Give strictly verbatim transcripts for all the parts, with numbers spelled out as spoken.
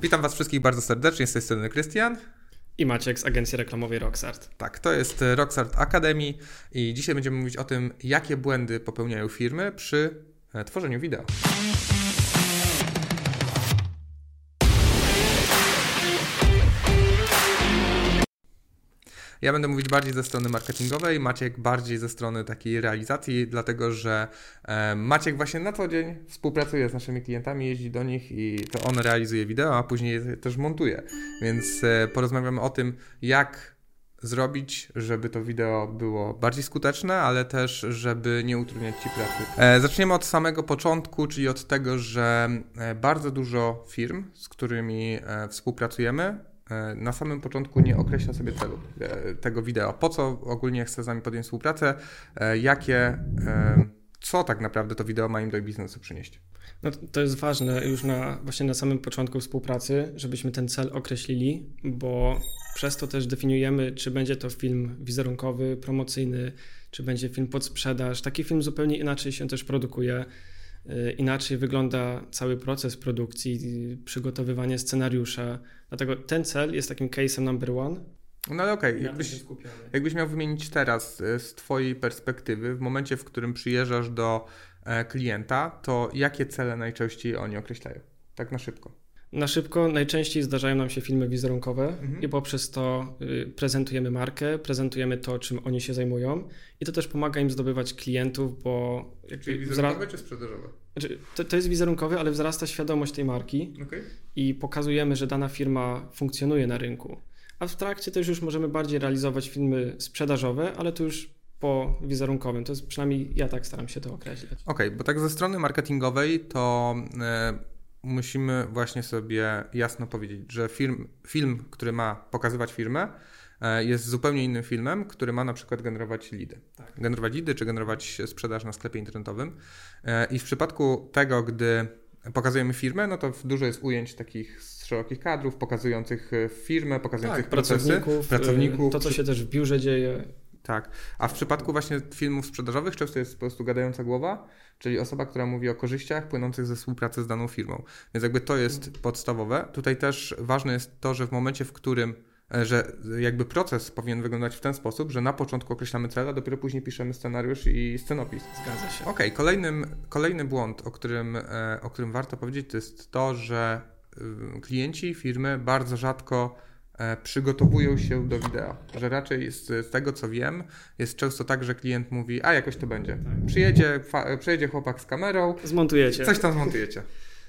Witam Was wszystkich bardzo serdecznie, z tej strony Krystian. I Maciek z agencji reklamowej Roxart. Tak, to jest Roxart Academy i dzisiaj będziemy mówić o tym, jakie błędy popełniają firmy przy tworzeniu wideo. Ja będę mówić bardziej ze strony marketingowej, Maciek bardziej ze strony takiej realizacji, dlatego że Maciek właśnie na co dzień współpracuje z naszymi klientami, jeździ do nich i to on realizuje wideo, a później je też montuje. Więc porozmawiamy o tym, jak zrobić, żeby to wideo było bardziej skuteczne, ale też, żeby nie utrudniać Ci pracy. Zaczniemy od samego początku, czyli od tego, że bardzo dużo firm, z którymi współpracujemy, na samym początku nie określa sobie celu tego wideo. Po co ogólnie chce z nami podjąć współpracę, jakie, co tak naprawdę to wideo ma im do biznesu przynieść. No to jest ważne już na, właśnie na samym początku współpracy, żebyśmy ten cel określili, bo przez to też definiujemy, czy będzie to film wizerunkowy, promocyjny, czy będzie film pod sprzedaż. Taki film zupełnie inaczej się też produkuje. Inaczej wygląda cały proces produkcji, przygotowywanie scenariusza. Dlatego ten cel jest takim case'em number one. No ale okej, okay. jakbyś, jakbyś miał wymienić teraz z Twojej perspektywy, w momencie, w którym przyjeżdżasz do klienta, to jakie cele najczęściej oni określają? Tak na szybko. Na szybko najczęściej zdarzają nam się filmy wizerunkowe mhm. i poprzez to y, prezentujemy markę, prezentujemy to, czym oni się zajmują i to też pomaga im zdobywać klientów, bo... Czyli wizerunkowe wzra- czy sprzedażowe? Znaczy, to, to jest wizerunkowe, ale wzrasta świadomość tej marki okay. i pokazujemy, że dana firma funkcjonuje na rynku. A w trakcie też już możemy bardziej realizować filmy sprzedażowe, ale to już po wizerunkowym. To jest przynajmniej ja tak staram się to określić. Okej, okay, bo tak ze strony marketingowej to... Yy... musimy właśnie sobie jasno powiedzieć, że film, film, który ma pokazywać firmę, jest zupełnie innym filmem, który ma na przykład generować lidy. Tak. Generować lidy, czy generować sprzedaż na sklepie internetowym. I w przypadku tego, gdy pokazujemy firmę, no to dużo jest ujęć takich z szerokich kadrów, pokazujących firmę, pokazujących tak, procesy, pracowników, pracowników. To, co się też w biurze dzieje. Tak, a w przypadku właśnie filmów sprzedażowych często jest po prostu gadająca głowa, czyli osoba, która mówi o korzyściach płynących ze współpracy z daną firmą. Więc jakby to jest podstawowe. Tutaj też ważne jest to, że w momencie, w którym, że jakby proces powinien wyglądać w ten sposób, że na początku określamy cel, a dopiero później piszemy scenariusz i scenopis. Zgadza się. Okej, okay, kolejnym, kolejny błąd, o którym, o którym warto powiedzieć, to jest to, że klienci firmy bardzo rzadko przygotowują się do wideo, że raczej z, z tego co wiem jest często tak, że klient mówi, a jakoś to będzie, przyjedzie, fa- przyjedzie chłopak z kamerą, zmontujecie. Coś tam zmontujecie.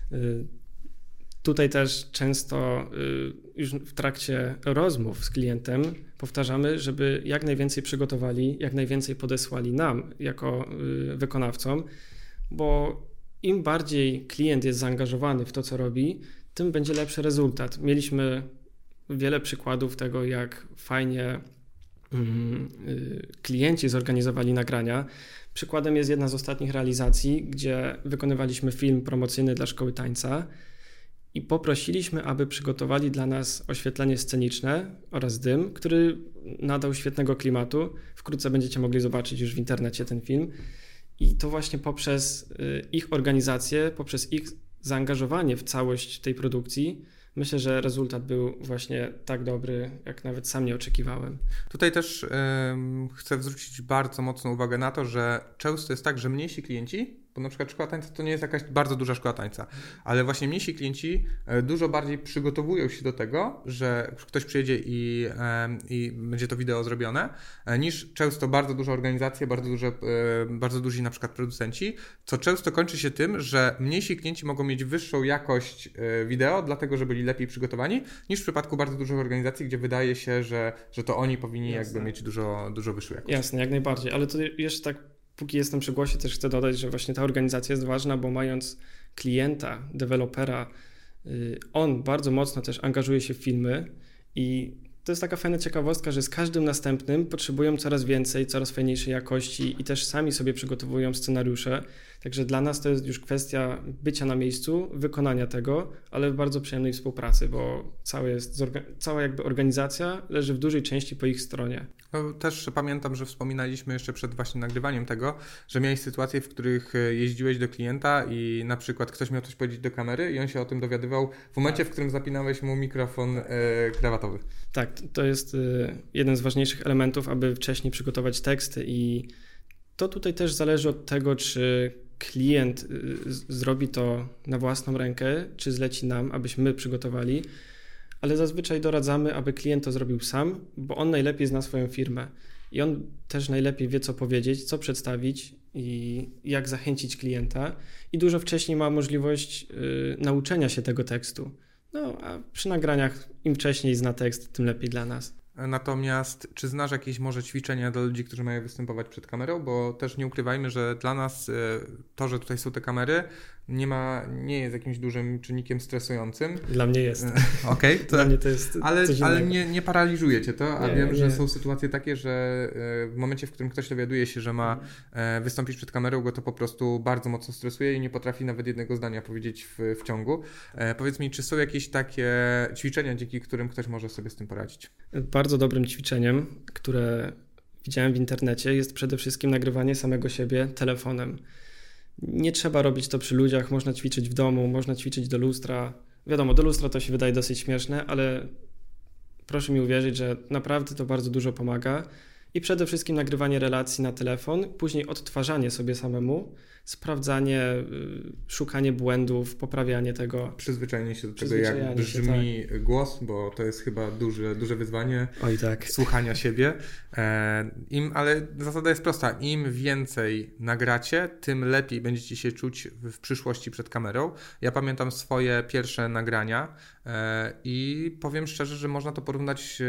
Tutaj też często już w trakcie rozmów z klientem powtarzamy, żeby jak najwięcej przygotowali, jak najwięcej podesłali nam jako wykonawcom, bo im bardziej klient jest zaangażowany w to, co robi, tym będzie lepszy rezultat. Mieliśmy wiele przykładów tego, jak fajnie mm, y, klienci zorganizowali nagrania. Przykładem jest jedna z ostatnich realizacji, gdzie wykonywaliśmy film promocyjny dla szkoły tańca i poprosiliśmy, aby przygotowali dla nas oświetlenie sceniczne oraz dym, który nadał świetnego klimatu. Wkrótce będziecie mogli zobaczyć już w internecie ten film. I to właśnie poprzez y, ich organizację, poprzez ich zaangażowanie w całość tej produkcji myślę, że rezultat był właśnie tak dobry, jak nawet sam nie oczekiwałem. Tutaj też yy, chcę zwrócić bardzo mocną uwagę na to, że często jest tak, że mniejsi klienci, bo na przykład szkoła tańca to nie jest jakaś bardzo duża szkoła tańca, ale właśnie mniejsi klienci dużo bardziej przygotowują się do tego, że ktoś przyjedzie i, yy, i będzie to wideo zrobione, niż często bardzo duże organizacje, bardzo, duże, yy, bardzo duzi na przykład producenci, co często kończy się tym, że mniejsi klienci mogą mieć wyższą jakość yy, wideo, dlatego że byli lepiej przygotowani, niż w przypadku bardzo dużych organizacji, gdzie wydaje się, że, że to oni powinni Jasne. jakby mieć dużo, dużo wyższą jakość. Jasne, jak najbardziej, ale to jeszcze tak, póki jestem przy głosie, też chcę dodać, że właśnie ta organizacja jest ważna, bo mając klienta, dewelopera, on bardzo mocno też angażuje się w filmy i to jest taka fajna ciekawostka, że z każdym następnym potrzebują coraz więcej, coraz fajniejszej jakości i też sami sobie przygotowują scenariusze. Także dla nas to jest już kwestia bycia na miejscu, wykonania tego, ale w bardzo przyjemnej współpracy, bo cała, jest, cała jakby organizacja leży w dużej części po ich stronie. No, też pamiętam, że wspominaliśmy jeszcze przed właśnie nagrywaniem tego, że miałeś sytuacje, w których jeździłeś do klienta i na przykład ktoś miał coś powiedzieć do kamery i on się o tym dowiadywał w momencie, w którym zapinałeś mu mikrofon e, krawatowy. Tak, to jest jeden z ważniejszych elementów, aby wcześniej przygotować teksty i to tutaj też zależy od tego, czy klient zrobi to na własną rękę, czy zleci nam, abyśmy my przygotowali, ale zazwyczaj doradzamy, aby klient to zrobił sam, bo on najlepiej zna swoją firmę i on też najlepiej wie, co powiedzieć, co przedstawić i jak zachęcić klienta i dużo wcześniej ma możliwość y, nauczenia się tego tekstu. No, a przy nagraniach im wcześniej zna tekst, tym lepiej dla nas. Natomiast czy znasz jakieś może ćwiczenia dla ludzi, którzy mają występować przed kamerą? Bo też nie ukrywajmy, że dla nas to, że tutaj są te kamery, nie ma, nie jest jakimś dużym czynnikiem stresującym. Dla mnie jest. Okej, okay, dla mnie to jest ale, coś ale nie, nie paraliżuje cię to, a nie, wiem, nie. że są sytuacje takie, że w momencie, w którym ktoś dowiaduje się, że ma wystąpić przed kamerą, go to po prostu bardzo mocno stresuje i nie potrafi nawet jednego zdania powiedzieć w, w ciągu. Powiedz mi, czy są jakieś takie ćwiczenia, dzięki którym ktoś może sobie z tym poradzić? Bardzo dobrym ćwiczeniem, które widziałem w internecie, jest przede wszystkim nagrywanie samego siebie telefonem. Nie trzeba robić to przy ludziach, można ćwiczyć w domu, można ćwiczyć do lustra. Wiadomo, do lustra to się wydaje dosyć śmieszne, ale proszę mi uwierzyć, że naprawdę to bardzo dużo pomaga. I przede wszystkim nagrywanie relacji na telefon, później odtwarzanie sobie samemu, sprawdzanie, szukanie błędów, poprawianie tego. Przyzwyczajenie się do tego, jak brzmi się, tak. głos, bo to jest chyba duże, duże wyzwanie. Oj, tak. Słuchania siebie. E, im, ale zasada jest prosta. Im więcej nagracie, tym lepiej będziecie się czuć w, w przyszłości przed kamerą. Ja pamiętam swoje pierwsze nagrania e, i powiem szczerze, że można to porównać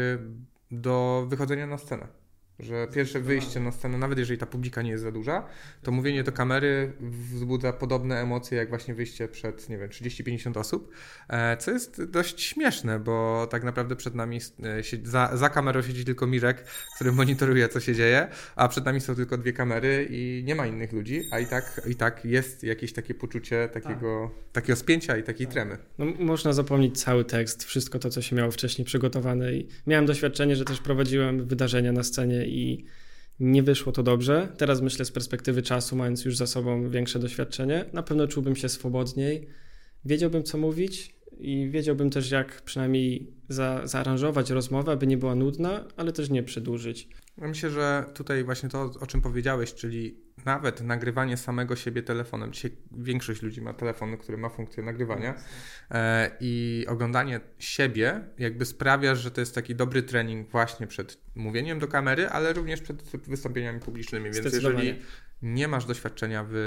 do wychodzenia na scenę. Że pierwsze wyjście na scenę, nawet jeżeli ta publika nie jest za duża, to mówienie do kamery wzbudza podobne emocje jak właśnie wyjście przed, nie wiem, trzydzieści pięćdziesiąt osób, co jest dość śmieszne, bo tak naprawdę przed nami, za, za kamerą siedzi tylko Mirek, który monitoruje, co się dzieje, a przed nami są tylko dwie kamery i nie ma innych ludzi, a i tak, i tak jest jakieś takie poczucie takiego, takiego spięcia i takiej tremy. No, można zapomnieć cały tekst, wszystko to, co się miało wcześniej przygotowane i miałem doświadczenie, że też prowadziłem wydarzenia na scenie i nie wyszło to dobrze. Teraz myślę z perspektywy czasu, mając już za sobą większe doświadczenie, na pewno czułbym się swobodniej, wiedziałbym, co mówić i wiedziałbym też, jak przynajmniej za, zaaranżować rozmowę, aby nie była nudna, ale też nie przedłużyć. Myślę, że tutaj właśnie to, o czym powiedziałeś, czyli nawet nagrywanie samego siebie telefonem. Dzisiaj większość ludzi ma telefon, który ma funkcję nagrywania e, i oglądanie siebie jakby sprawia, że to jest taki dobry trening właśnie przed mówieniem do kamery, ale również przed wystąpieniami publicznymi, więc jeżeli nie masz doświadczenia w,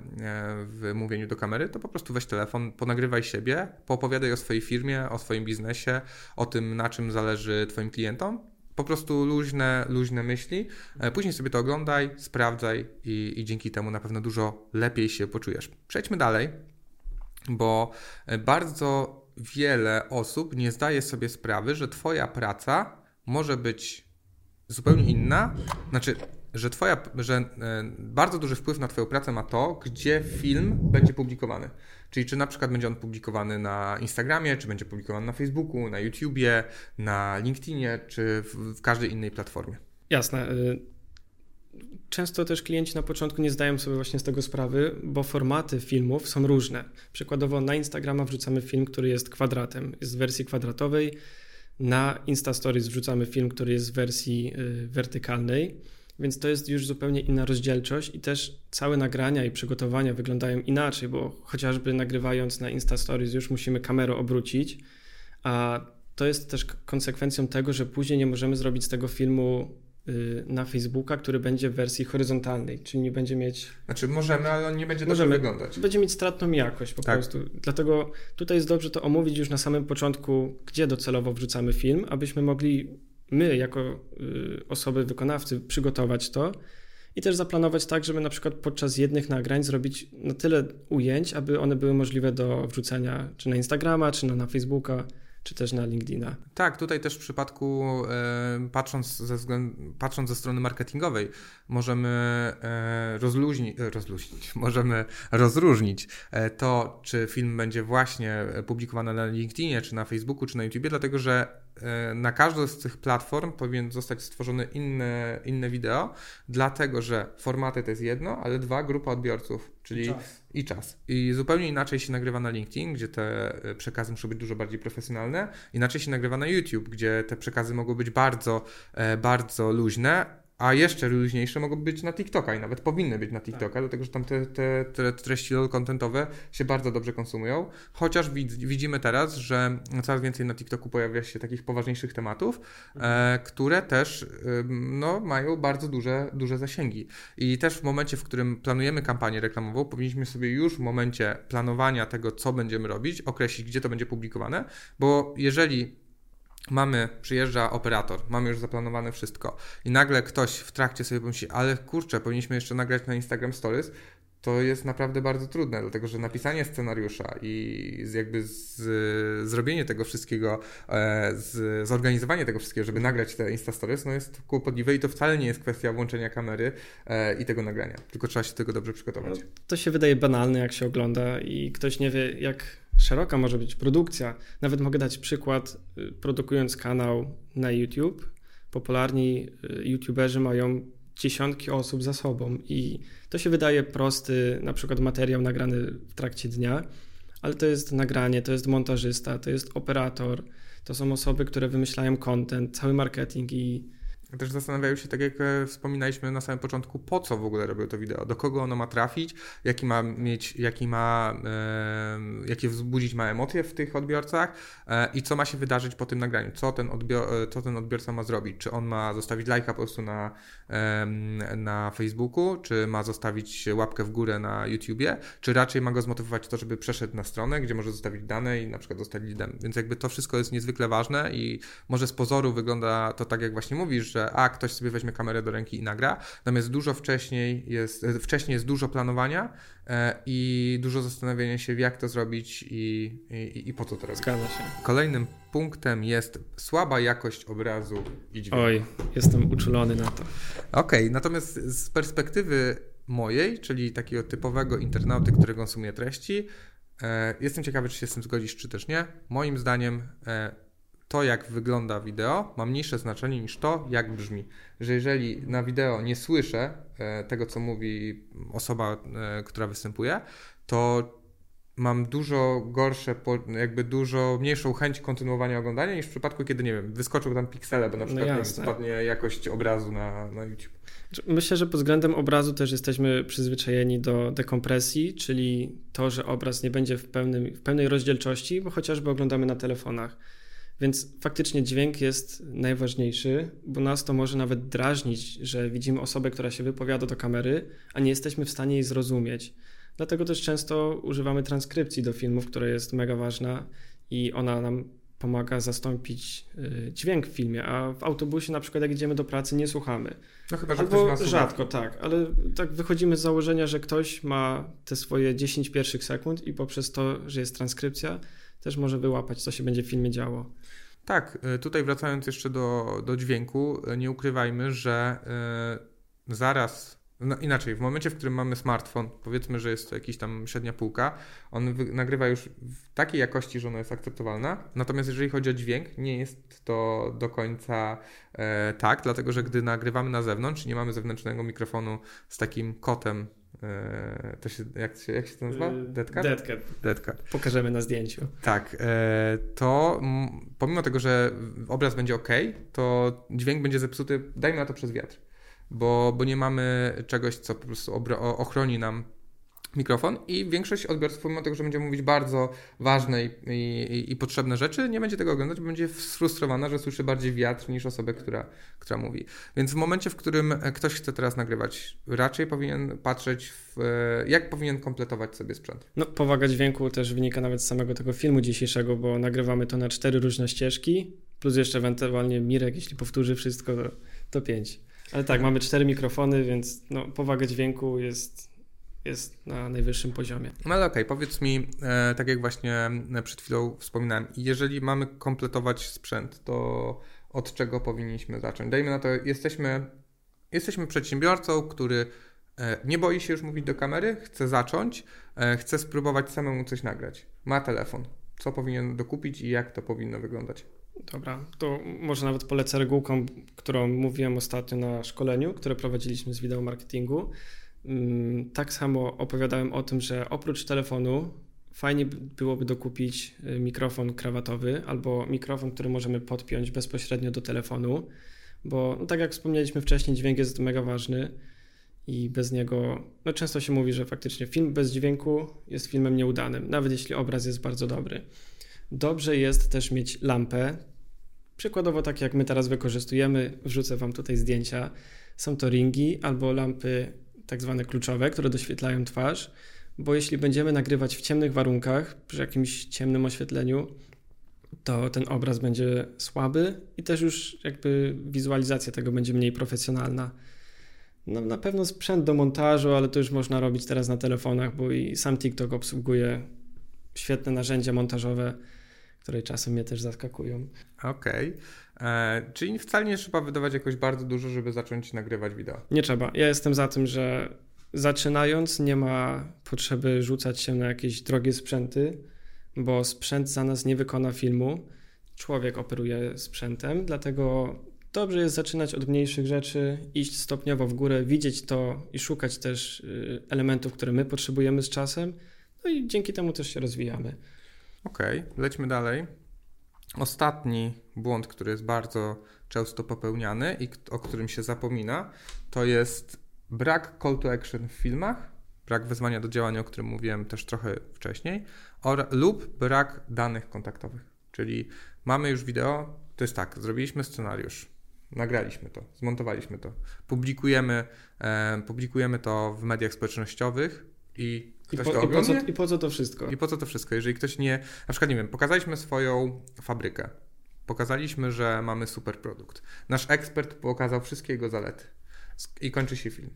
w mówieniu do kamery, to po prostu weź telefon, ponagrywaj siebie, poopowiadaj o swojej firmie, o swoim biznesie, o tym, na czym zależy twoim klientom. Po prostu luźne, luźne myśli. Później sobie to oglądaj, sprawdzaj i, i dzięki temu na pewno dużo lepiej się poczujesz. Przejdźmy dalej, bo bardzo wiele osób nie zdaje sobie sprawy, że twoja praca może być zupełnie inna. Znaczy, że twoja, że bardzo duży wpływ na twoją pracę ma to, gdzie film będzie publikowany. Czyli czy na przykład będzie on publikowany na Instagramie, czy będzie publikowany na Facebooku, na YouTubie, na LinkedInie, czy w, w każdej innej platformie. Jasne. Często też klienci na początku nie zdają sobie właśnie z tego sprawy, bo formaty filmów są różne. Przykładowo na Instagrama wrzucamy film, który jest kwadratem, jest w wersji kwadratowej. Na Instastories wrzucamy film, który jest w wersji y, wertykalnej. Więc to jest już zupełnie inna rozdzielczość i też całe nagrania i przygotowania wyglądają inaczej, bo chociażby nagrywając na Insta Stories już musimy kamerę obrócić, a to jest też konsekwencją tego, że później nie możemy zrobić z tego filmu na Facebooka, który będzie w wersji horyzontalnej, czyli nie będzie mieć... Znaczy możemy, ale on nie będzie dobrze wyglądać. Będzie mieć stratną jakość po tak. prostu. Dlatego tutaj jest dobrze to omówić już na samym początku, gdzie docelowo wrzucamy film, abyśmy mogli my jako y, osoby wykonawcy przygotować to i też zaplanować tak, żeby na przykład podczas jednych nagrań zrobić na tyle ujęć, aby one były możliwe do wrzucenia czy na Instagrama, czy na, na Facebooka, czy też na LinkedIna. Tak, tutaj też w przypadku, e, patrząc, ze względu, patrząc ze strony marketingowej, możemy e, rozluźnić, rozluźnić, możemy rozróżnić e, to, czy film będzie właśnie publikowany na LinkedInie, czy na Facebooku, czy na YouTubie, dlatego że e, na każdą z tych platform powinien zostać stworzone inne, inne wideo, dlatego że formaty to jest jedno, ale dwa, grupa odbiorców, czyli czas. i czas. I zupełnie inaczej się nagrywa na LinkedIn, gdzie te przekazy muszą być dużo bardziej profesjonalne, inaczej się nagrywa na YouTube, gdzie te przekazy mogą być bardzo, bardzo luźne, a jeszcze luźniejsze mogą być na TikToka i nawet powinny być na TikToka, tak. Dlatego że tam te, te, te treści contentowe się bardzo dobrze konsumują, chociaż widzimy teraz, że coraz więcej na TikToku pojawia się takich poważniejszych tematów, mhm. e, które też e, no, mają bardzo duże, duże zasięgi. I też w momencie, w którym planujemy kampanię reklamową, powinniśmy sobie już w momencie planowania tego, co będziemy robić, określić, gdzie to będzie publikowane, bo jeżeli mamy, przyjeżdża operator, mamy już zaplanowane wszystko i nagle ktoś w trakcie sobie pomyśli, ale kurczę, powinniśmy jeszcze nagrać na Instagram Stories, to jest naprawdę bardzo trudne, dlatego że napisanie scenariusza i z jakby z, zrobienie tego wszystkiego, e, z, zorganizowanie tego wszystkiego, żeby nagrać te Insta Stories, no jest kłopotliwe i to wcale nie jest kwestia włączenia kamery e, i tego nagrania, tylko trzeba się do tego dobrze przygotować. No, to się wydaje banalne, jak się ogląda i ktoś nie wie, jak szeroka może być produkcja. Nawet mogę dać przykład, produkując kanał na YouTube. Popularni youtuberzy mają dziesiątki osób za sobą i to się wydaje prosty, na przykład materiał nagrany w trakcie dnia, ale to jest nagranie, to jest montażysta, to jest operator, to są osoby, które wymyślają content, cały marketing i też zastanawiają się, tak jak wspominaliśmy na samym początku, po co w ogóle robią to wideo, do kogo ono ma trafić, jaki ma mieć, jaki ma, e, jakie wzbudzić ma emocje w tych odbiorcach e, i co ma się wydarzyć po tym nagraniu, co ten, odbior- co ten odbiorca ma zrobić, czy on ma zostawić lajka po prostu na, e, na Facebooku, czy ma zostawić łapkę w górę na YouTubie, czy raczej ma go zmotywować to, żeby przeszedł na stronę, gdzie może zostawić dane i na przykład zostać leadem, więc jakby to wszystko jest niezwykle ważne i może z pozoru wygląda to tak, jak właśnie mówisz, że a ktoś sobie weźmie kamerę do ręki i nagra, natomiast dużo wcześniej jest, wcześniej jest dużo planowania e, i dużo zastanawiania się, jak to zrobić i, i, i po co to robić. Zgadza się. Kolejnym punktem jest słaba jakość obrazu i dźwięku. Oj, jestem uczulony na to. Okej, okay, natomiast z perspektywy mojej, czyli takiego typowego internauty, który konsumuje treści, e, jestem ciekawy, czy się z tym zgodzisz, czy też nie. Moim zdaniem e, to, jak wygląda wideo, ma mniejsze znaczenie niż to, jak brzmi. Że jeżeli na wideo nie słyszę e, tego, co mówi osoba, e, która występuje, to mam dużo gorsze, jakby dużo mniejszą chęć kontynuowania oglądania niż w przypadku, kiedy, nie wiem, wyskoczył tam piksele, bo na przykład no nie, spadnie jakość obrazu na, na YouTube. Myślę, że pod względem obrazu też jesteśmy przyzwyczajeni do dekompresji, czyli to, że obraz nie będzie w, pełnym, w pełnej rozdzielczości, bo chociażby oglądamy na telefonach. Więc faktycznie dźwięk jest najważniejszy, bo nas to może nawet drażnić, że widzimy osobę, która się wypowiada do kamery, a nie jesteśmy w stanie jej zrozumieć. Dlatego też często używamy transkrypcji do filmów, która jest mega ważna i ona nam pomaga zastąpić dźwięk w filmie, a w autobusie na przykład jak idziemy do pracy nie słuchamy. No chyba, że Albo ktoś ma rzadko, tak, ale tak wychodzimy z założenia, że ktoś ma te swoje dziesięć pierwszych sekund i poprzez to, że jest transkrypcja, też może wyłapać, co się będzie w filmie działo. Tak, tutaj wracając jeszcze do, do dźwięku, nie ukrywajmy, że yy, zaraz, no inaczej, w momencie, w którym mamy smartfon, powiedzmy, że jest to jakiś tam średnia półka, on wy, nagrywa już w takiej jakości, że ona jest akceptowalna, natomiast jeżeli chodzi o dźwięk, nie jest to do końca e, tak, dlatego że gdy nagrywamy na zewnątrz, nie mamy zewnętrznego mikrofonu z takim kotem, e, to się, jak, się, jak się to nazywa? Deadcat? Deadcat. Deadcat. Pokażemy na zdjęciu. Tak, e, to m, pomimo tego, że obraz będzie ok, to dźwięk będzie zepsuty, dajmy na to przez wiatr. Bo, bo nie mamy czegoś, co po prostu obro- ochroni nam mikrofon i większość odbiorców, pomimo tego, że będzie mówić bardzo ważne i, i, i potrzebne rzeczy, nie będzie tego oglądać, bo będzie sfrustrowana, że słyszy bardziej wiatr niż osobę, która, która mówi. Więc w momencie, w którym ktoś chce teraz nagrywać, raczej powinien patrzeć w, jak powinien kompletować sobie sprzęt. No, powaga dźwięku też wynika nawet z samego tego filmu dzisiejszego, bo nagrywamy to na cztery różne ścieżki, plus jeszcze ewentualnie Mirek, jeśli powtórzy wszystko, to, to pięć. Ale tak, mamy cztery mikrofony, więc no, powaga dźwięku jest jest na najwyższym poziomie. No ale okej, okay, powiedz mi, e, tak jak właśnie przed chwilą wspominałem, jeżeli mamy kompletować sprzęt, to od czego powinniśmy zacząć? Dajmy na to, jesteśmy, jesteśmy przedsiębiorcą, który e, nie boi się już mówić do kamery, chce zacząć, e, chce spróbować samemu coś nagrać. Ma telefon. Co powinien dokupić i jak to powinno wyglądać? Dobra, to może nawet polecę regułką, którą mówiłem ostatnio na szkoleniu, które prowadziliśmy z wideomarketingu. Tak samo opowiadałem o tym, że oprócz telefonu fajnie byłoby dokupić mikrofon krawatowy albo mikrofon, który możemy podpiąć bezpośrednio do telefonu, bo no tak jak wspomnieliśmy wcześniej, dźwięk jest mega ważny i bez niego, no często się mówi, że faktycznie film bez dźwięku jest filmem nieudanym, nawet jeśli obraz jest bardzo dobry. Dobrze jest też mieć lampę, przykładowo tak jak my teraz wykorzystujemy, wrzucę Wam tutaj zdjęcia, są to ringi albo lampy tak zwane kluczowe, które doświetlają twarz, bo jeśli będziemy nagrywać w ciemnych warunkach, przy jakimś ciemnym oświetleniu, to ten obraz będzie słaby i też już jakby wizualizacja tego będzie mniej profesjonalna. No, na pewno sprzęt do montażu, ale to już można robić teraz na telefonach, bo i sam TikTok obsługuje świetne narzędzia montażowe, które czasem mnie też zaskakują. Okej. Okay. Czyli wcale nie trzeba wydawać jakoś bardzo dużo, żeby zacząć nagrywać wideo? Nie trzeba. Ja jestem za tym, że zaczynając nie ma potrzeby rzucać się na jakieś drogie sprzęty, bo sprzęt za nas nie wykona filmu. Człowiek operuje sprzętem, dlatego dobrze jest zaczynać od mniejszych rzeczy, iść stopniowo w górę, widzieć to i szukać też elementów, które my potrzebujemy z czasem, no i dzięki temu też się rozwijamy. Okej, okay, lećmy dalej. Ostatni błąd, który jest bardzo często popełniany i o którym się zapomina, to jest brak call to action w filmach, brak wezwania do działania, o którym mówiłem też trochę wcześniej, or, lub brak danych kontaktowych. Czyli mamy już wideo, to jest tak, zrobiliśmy scenariusz, nagraliśmy to, zmontowaliśmy to, publikujemy, e, publikujemy to w mediach społecznościowych i ktoś I po, to ogląda? I po, co, I po co to wszystko? I po co to wszystko? Jeżeli ktoś nie... Na przykład, nie wiem, pokazaliśmy swoją fabrykę. Pokazaliśmy, że mamy super produkt. Nasz ekspert pokazał wszystkie jego zalety. I kończy się film.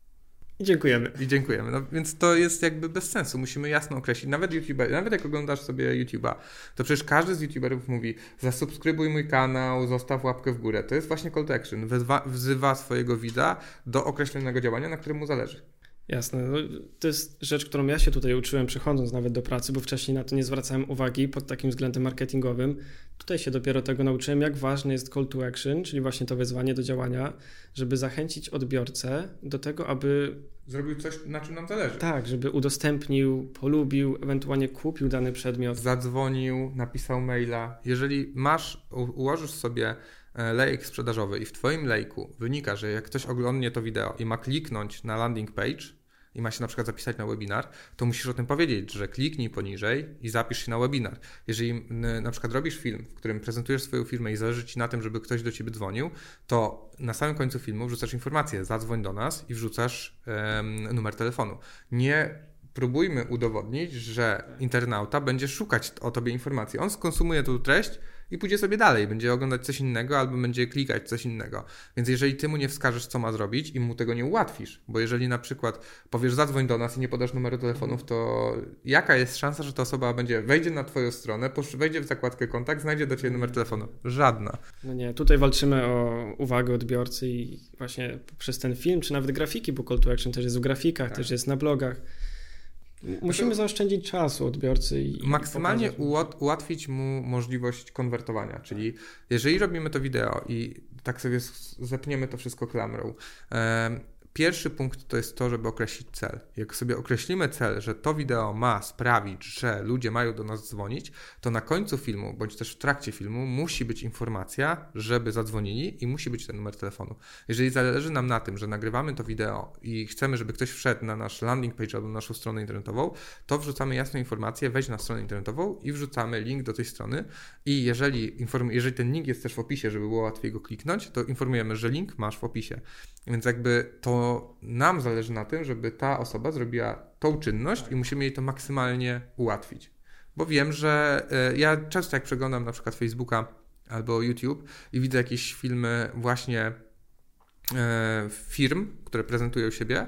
I dziękujemy. I dziękujemy. No, więc to jest jakby bez sensu. Musimy jasno określić. Nawet YouTuber, nawet jak oglądasz sobie YouTube'a, to przecież każdy z YouTuberów mówi: zasubskrybuj mój kanał, zostaw łapkę w górę. To jest właśnie call to action. Wzywa, wzywa swojego widza do określonego działania, na którym mu zależy. Jasne. No, to jest rzecz, którą ja się tutaj uczyłem przychodząc nawet do pracy, bo wcześniej na to nie zwracałem uwagi pod takim względem marketingowym. Tutaj się dopiero tego nauczyłem, jak ważny jest call to action, czyli właśnie to wezwanie do działania, żeby zachęcić odbiorcę do tego, aby... Zrobił coś, na czym nam zależy. Tak, żeby udostępnił, polubił, ewentualnie kupił dany przedmiot. Zadzwonił, napisał maila. Jeżeli masz, ułożysz sobie lejek sprzedażowy i w Twoim lejku wynika, że jak ktoś oglądnie to wideo i ma kliknąć na landing page i ma się na przykład zapisać na webinar, to musisz o tym powiedzieć, że kliknij poniżej i zapisz się na webinar. Jeżeli na przykład robisz film, w którym prezentujesz swoją firmę i zależy Ci na tym, żeby ktoś do Ciebie dzwonił, to na samym końcu filmu wrzucasz informację: zadzwoń do nas i wrzucasz um, numer telefonu. Nie próbujmy udowodnić, że internauta będzie szukać o Tobie informacji. On skonsumuje tą treść i pójdzie sobie dalej, będzie oglądać coś innego albo będzie klikać coś innego. Więc jeżeli ty mu nie wskażesz, co ma zrobić i mu tego nie ułatwisz, bo jeżeli na przykład powiesz: zadzwoń do nas i nie podasz numeru telefonów, to jaka jest szansa, że ta osoba będzie wejdzie na twoją stronę, wejdzie w zakładkę kontakt, znajdzie do ciebie numer telefonu? Żadna. No nie, tutaj walczymy o uwagę odbiorcy i właśnie przez ten film, czy nawet grafiki, bo call to action też jest w grafikach, tak. też jest na blogach. Musimy to zaoszczędzić czasu odbiorcy i maksymalnie i ułat- ułatwić mu możliwość konwertowania, czyli jeżeli robimy to wideo i tak sobie zepniemy to wszystko klamrą, e, pierwszy punkt to jest to, żeby określić cel. Jak sobie określimy cel, że to wideo ma sprawić, że ludzie mają do nas dzwonić, to na końcu filmu, bądź też w trakcie filmu musi być informacja, żeby zadzwonili i musi być ten numer telefonu. Jeżeli zależy nam na tym, że nagrywamy to wideo i chcemy, żeby ktoś wszedł na nasz landing page albo na naszą stronę internetową, to wrzucamy jasną informację: wejdź na stronę internetową i wrzucamy link do tej strony i jeżeli, inform- jeżeli ten link jest też w opisie, żeby było łatwiej go kliknąć, to informujemy, że link masz w opisie. Więc jakby to nam zależy na tym, żeby ta osoba zrobiła tą czynność i musimy jej to maksymalnie ułatwić. Bo wiem, że y, ja często jak przeglądam na przykład Facebooka albo YouTube i widzę jakieś filmy właśnie y, firm, które prezentują siebie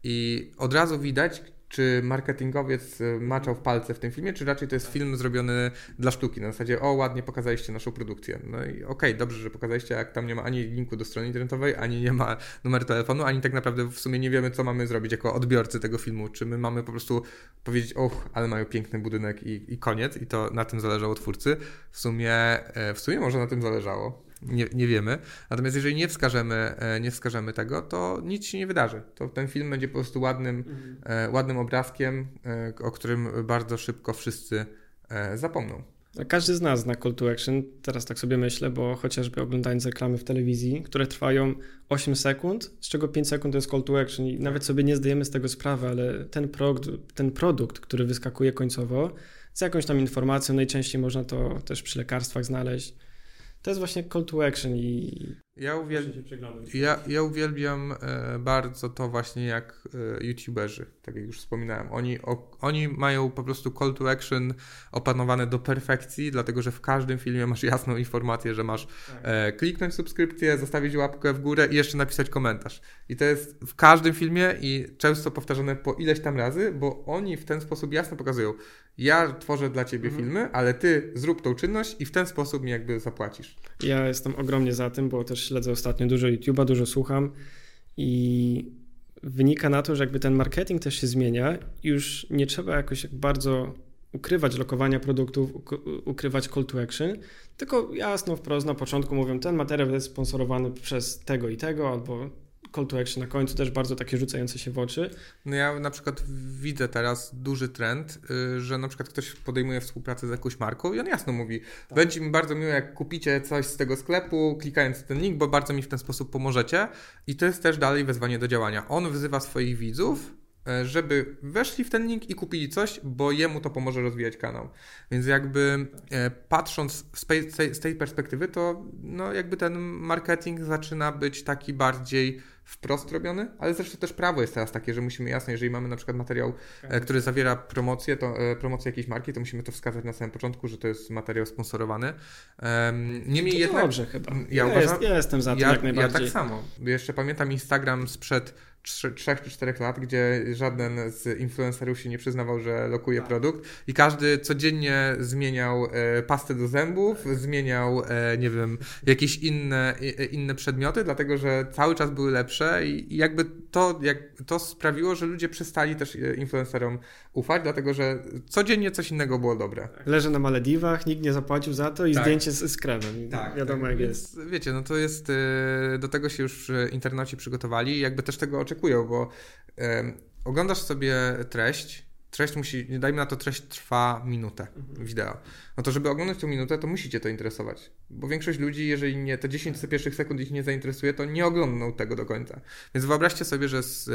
i od razu widać, czy marketingowiec maczał w palce w tym filmie, czy raczej to jest film zrobiony dla sztuki, na zasadzie o, ładnie pokazaliście naszą produkcję. No i okej, okay, dobrze, że pokazaliście, jak tam nie ma ani linku do strony internetowej, ani nie ma numeru telefonu, ani tak naprawdę w sumie nie wiemy, co mamy zrobić jako odbiorcy tego filmu. Czy my mamy po prostu powiedzieć, och, ale mają piękny budynek i, i koniec, i to na tym zależało twórcy. W sumie, w sumie może na tym zależało. Nie, nie wiemy. Natomiast jeżeli nie wskażemy, nie wskażemy tego, to nic się nie wydarzy. To ten film będzie po prostu ładnym, mhm. e, ładnym obrazkiem, e, o którym bardzo szybko wszyscy e, zapomną. Każdy z nas zna call to action, teraz tak sobie myślę, bo chociażby oglądając reklamy w telewizji, które trwają osiem sekund, z czego pięć sekund to jest call to action i nawet sobie nie zdajemy z tego sprawy, ale ten, prog- ten produkt, który wyskakuje końcowo, z jakąś tam informacją, najczęściej można to też przy lekarstwach znaleźć. To jest właśnie call to action i ja, uwiel... ja, ja uwielbiam e, bardzo to właśnie jak e, youtuberzy, tak jak już wspominałem. Oni, o, oni mają po prostu call to action opanowane do perfekcji, dlatego że w każdym filmie masz jasną informację, że masz e, kliknąć subskrypcję, zostawić łapkę w górę i jeszcze napisać komentarz. I to jest w każdym filmie i często powtarzane po ileś tam razy, bo oni w ten sposób jasno pokazują, ja tworzę dla ciebie mhm. filmy, ale ty zrób tą czynność i w ten sposób mi jakby zapłacisz. Ja jestem ogromnie za tym, bo też śledzę ostatnio dużo YouTube'a, dużo słucham i wynika na to, że jakby ten marketing też się zmienia i już nie trzeba jakoś bardzo ukrywać lokowania produktów, ukrywać call to action, tylko jasno, wprost na początku mówią, ten materiał jest sponsorowany przez tego i tego, albo call to action na końcu też bardzo takie rzucające się w oczy. No ja na przykład widzę teraz duży trend, że na przykład ktoś podejmuje współpracę z jakąś marką i on jasno mówi, tak. będzie mi bardzo miło, jak kupicie coś z tego sklepu, klikając ten link, bo bardzo mi w ten sposób pomożecie i to jest też dalej wezwanie do działania. On wzywa swoich widzów, żeby weszli w ten link i kupili coś, bo jemu to pomoże rozwijać kanał. Więc jakby e, patrząc z tej, z tej perspektywy, to no jakby ten marketing zaczyna być taki bardziej wprost robiony, ale zresztą też prawo jest teraz takie, że musimy jasno, jeżeli mamy na przykład materiał, e, który zawiera promocję, to e, promocję jakiejś marki, to musimy to wskazać na samym początku, że to jest materiał sponsorowany. E, niemniej to jednak... Dobrze chyba. Ja, ja, uważam, jest, ja jestem za tym ja, jak najbardziej. Ja tak samo. Jeszcze pamiętam Instagram sprzed trzech czy czterech lat, gdzie żaden z influencerów się nie przyznawał, że lokuje tak. produkt i każdy codziennie zmieniał e, pastę do zębów, zmieniał, e, nie wiem, jakieś inne, e, inne przedmioty, dlatego że cały czas były lepsze i, i jakby to, jak, to sprawiło, że ludzie przestali też influencerom ufać, dlatego że codziennie coś innego było dobre. Leżę na Malediwach, nikt nie zapłacił za to i tak. zdjęcie z, z kremem. Tak, wiadomo tak. jak Więc, jest. Wiecie, no to jest, e, do tego się już internauci przygotowali i jakby też tego oczekują, bo e, oglądasz sobie treść, treść musi, dajmy na to, treść trwa minutę mhm. wideo. No to żeby oglądać tę minutę, to musi cię to interesować. Bo większość ludzi, jeżeli nie te dziesięć pierwszych sekund ich nie zainteresuje, to nie oglądną tego do końca. Więc wyobraźcie sobie, że z,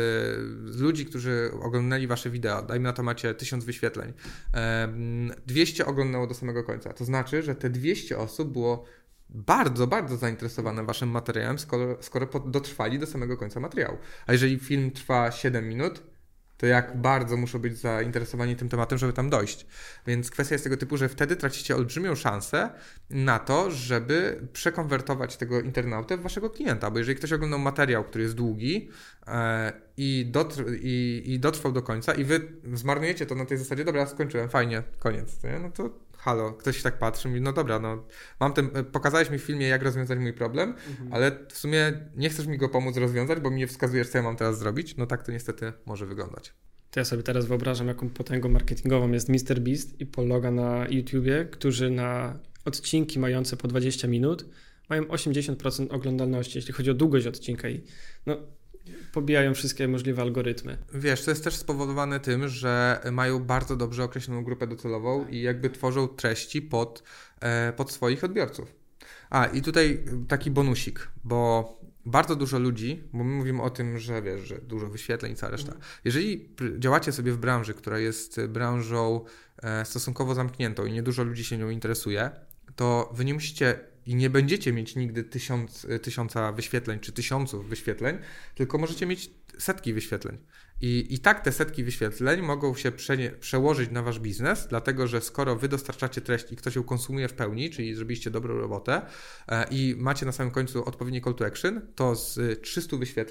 z ludzi, którzy oglądali wasze wideo, dajmy na to macie tysiąc wyświetleń, e, dwieście oglądało do samego końca. To znaczy, że te dwieście osób było bardzo, bardzo zainteresowane waszym materiałem, skoro, skoro dotrwali do samego końca materiału. A jeżeli film trwa siedem minut, to jak bardzo muszą być zainteresowani tym tematem, żeby tam dojść. Więc kwestia jest tego typu, że wtedy tracicie olbrzymią szansę na to, żeby przekonwertować tego internautę w waszego klienta, bo jeżeli ktoś oglądał materiał, który jest długi e, i, dotr- i, i dotrwał do końca i wy zmarnujecie to na tej zasadzie, dobra, skończyłem, fajnie, koniec, nie? No to halo, ktoś tak patrzy i mówi, no dobra, no mam ten, pokazałeś mi w filmie, jak rozwiązać mój problem, mhm. ale w sumie nie chcesz mi go pomóc rozwiązać, bo mi nie wskazujesz, co ja mam teraz zrobić, no tak to niestety może wyglądać. To ja sobie teraz wyobrażam, jaką potęgą marketingową jest mister Beast i Paul Logan na YouTubie, którzy na odcinki mające po dwadzieścia minut mają osiemdziesiąt procent oglądalności, jeśli chodzi o długość odcinka i no pobijają wszystkie możliwe algorytmy. Wiesz, to jest też spowodowane tym, że mają bardzo dobrze określoną grupę docelową i jakby tworzą treści pod, pod swoich odbiorców. A i tutaj taki bonusik, bo bardzo dużo ludzi, bo my mówimy o tym, że wiesz, że dużo wyświetleń i cała reszta. Jeżeli działacie sobie w branży, która jest branżą stosunkowo zamkniętą i niedużo ludzi się nią interesuje, to wy nie musicie i nie będziecie mieć nigdy tysiąc, tysiąca wyświetleń czy tysiąców wyświetleń, tylko możecie mieć setki wyświetleń. I, i tak te setki wyświetleń mogą się prze, przełożyć na wasz biznes, dlatego że skoro wy dostarczacie treść i ktoś ją konsumuje w pełni, czyli zrobiliście dobrą robotę e, i macie na samym końcu odpowiedni call to action, to z trzystu wyświetleń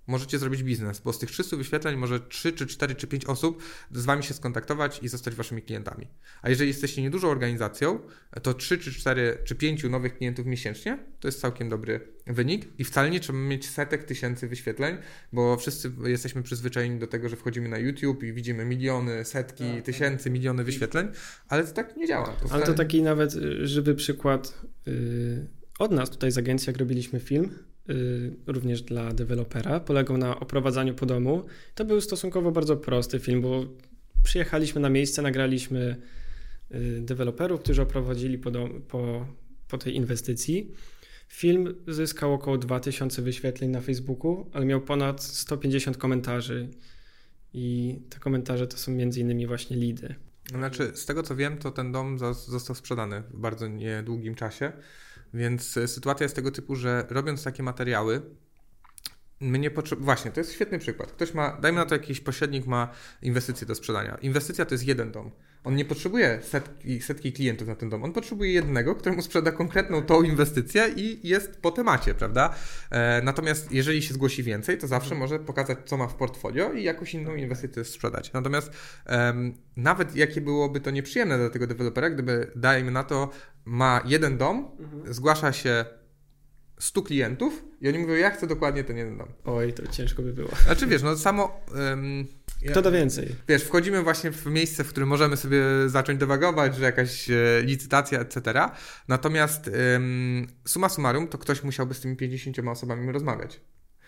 możecie zrobić biznes, bo z tych trzystu wyświetleń może trzy, czy cztery, czy pięć osób z wami się skontaktować i zostać waszymi klientami. A jeżeli jesteście niedużą organizacją, to trzy, czy cztery, czy pięciu nowych klientów miesięcznie to jest całkiem dobry wynik i wcale nie trzeba mieć setek tysięcy wyświetleń, bo wszyscy jesteśmy przyzwyczajeni do tego, że wchodzimy na YouTube i widzimy miliony, setki, tak, tysięcy, miliony wyświetleń, ale to tak nie działa. To ale to taki nawet żywy przykład yy, od nas tutaj z agencji, jak robiliśmy film, również dla dewelopera, polegał na oprowadzaniu po domu. To był stosunkowo bardzo prosty film, bo przyjechaliśmy na miejsce, nagraliśmy deweloperów, którzy oprowadzili po, dom, po, po tej inwestycji. Film zyskał około dwa tysiące wyświetleń na Facebooku, ale miał ponad sto pięćdziesiąt komentarzy i te komentarze to są między innymi właśnie lidy. Znaczy, z tego co wiem, to ten dom został sprzedany w bardzo niedługim czasie. Więc sytuacja jest tego typu, że robiąc takie materiały, my nie potrzebujemy... Właśnie, to jest świetny przykład. Ktoś ma, dajmy na to jakiś pośrednik ma inwestycję do sprzedania. Inwestycja to jest jeden dom. On nie potrzebuje setki, setki klientów na ten dom. On potrzebuje jednego, któremu sprzeda konkretną tą inwestycję i jest po temacie, prawda? E, natomiast jeżeli się zgłosi więcej, to zawsze może pokazać, co ma w portfolio i jakąś inną inwestycję sprzedać. Natomiast em, nawet jakie byłoby to nieprzyjemne dla tego dewelopera, gdyby, dajmy na to, ma jeden dom, mhm. zgłasza się stu klientów i oni mówią, ja chcę dokładnie ten jeden dom. Oj, to ciężko by było. Znaczy wiesz, no samo... Um, Kto da więcej? Wiesz, wchodzimy właśnie w miejsce, w którym możemy sobie zacząć dewagować, że jakaś e, licytacja, et cetera. Natomiast um, summa summarum, to ktoś musiałby z tymi pięćdziesięcioma osobami rozmawiać.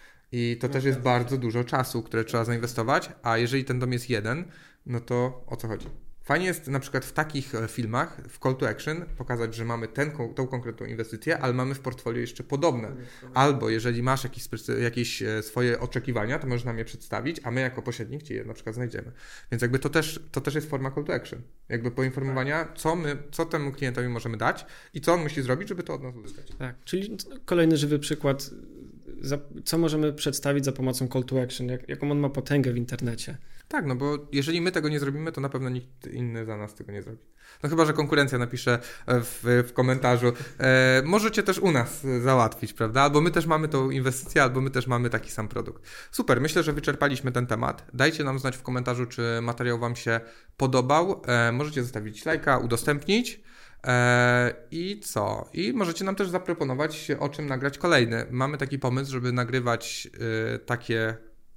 I to no też jest bardzo dużo czasu, które trzeba zainwestować, a jeżeli ten dom jest jeden, no to o co chodzi? Fajnie jest na przykład w takich filmach, w call to action, pokazać, że mamy ten, tą konkretną inwestycję, ale mamy w portfolio jeszcze podobne. Albo jeżeli masz jakieś, jakieś swoje oczekiwania, to możesz nam je przedstawić, a my jako pośrednik ci je na przykład znajdziemy. Więc jakby to też, to też jest forma call to action. Jakby poinformowania, co my, co temu klientowi możemy dać i co on musi zrobić, żeby to od nas uzyskać. Tak, czyli kolejny żywy przykład, za, co możemy przedstawić za pomocą call to action, jak, jaką on ma potęgę w internecie. Tak, no bo jeżeli my tego nie zrobimy, to na pewno nikt inny za nas tego nie zrobi. No chyba, że konkurencja napisze w, w komentarzu, e, możecie też u nas załatwić, prawda? Albo my też mamy tą inwestycję, albo my też mamy taki sam produkt. Super, myślę, że wyczerpaliśmy ten temat. Dajcie nam znać w komentarzu, czy materiał wam się podobał. E, możecie zostawić lajka, udostępnić. Eee, I co? I możecie nam też zaproponować, o czym nagrać kolejny. Mamy taki pomysł, żeby nagrywać y, takie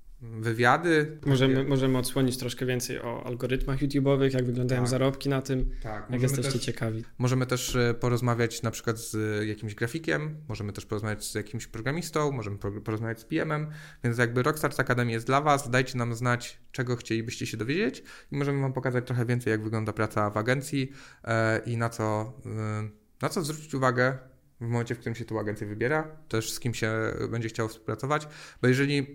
wywiady. Możemy, takie... możemy odsłonić troszkę więcej o algorytmach YouTube'owych, jak wyglądają tak. zarobki na tym, tak, jak jesteście też, ciekawi. Możemy też porozmawiać na przykład z jakimś grafikiem, możemy też porozmawiać z jakimś programistą, możemy porozmawiać z P M-em, więc jakby Rockstars Academy jest dla was, dajcie nam znać, czego chcielibyście się dowiedzieć i możemy wam pokazać trochę więcej, jak wygląda praca w agencji yy, i na co, yy, na co zwrócić uwagę w momencie, w którym się tą agencję wybiera, też z kim się będzie chciało współpracować, bo jeżeli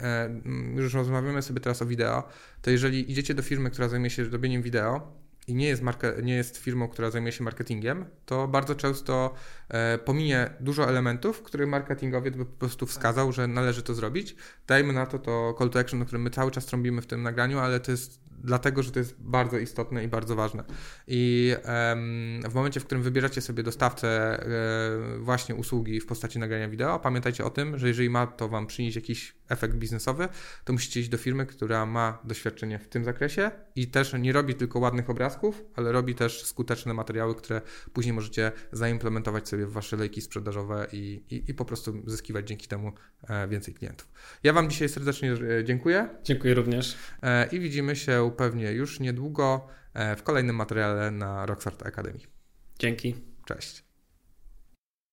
już rozmawiamy sobie teraz o wideo, to jeżeli idziecie do firmy, która zajmuje się robieniem wideo i nie jest, marke, nie jest firmą, która zajmuje się marketingiem, to bardzo często e, pominie dużo elementów, które marketingowiec by po prostu wskazał, że należy to zrobić. Dajmy na to to call to action, o którym my cały czas trąbimy w tym nagraniu, ale to jest dlatego, że to jest bardzo istotne i bardzo ważne. I em, w momencie, w którym wybieracie sobie dostawcę e, właśnie usługi w postaci nagrania wideo, pamiętajcie o tym, że jeżeli ma to wam przynieść jakiś efekt biznesowy, to musicie iść do firmy, która ma doświadczenie w tym zakresie i też nie robi tylko ładnych obrazków, ale robi też skuteczne materiały, które później możecie zaimplementować sobie w wasze lejki sprzedażowe i, i, i po prostu zyskiwać dzięki temu e, więcej klientów. Ja wam dzisiaj serdecznie e, dziękuję. Dziękuję również. E, I widzimy się pewnie już niedługo w kolejnym materiale na Rockstars Academy. Dzięki. Cześć.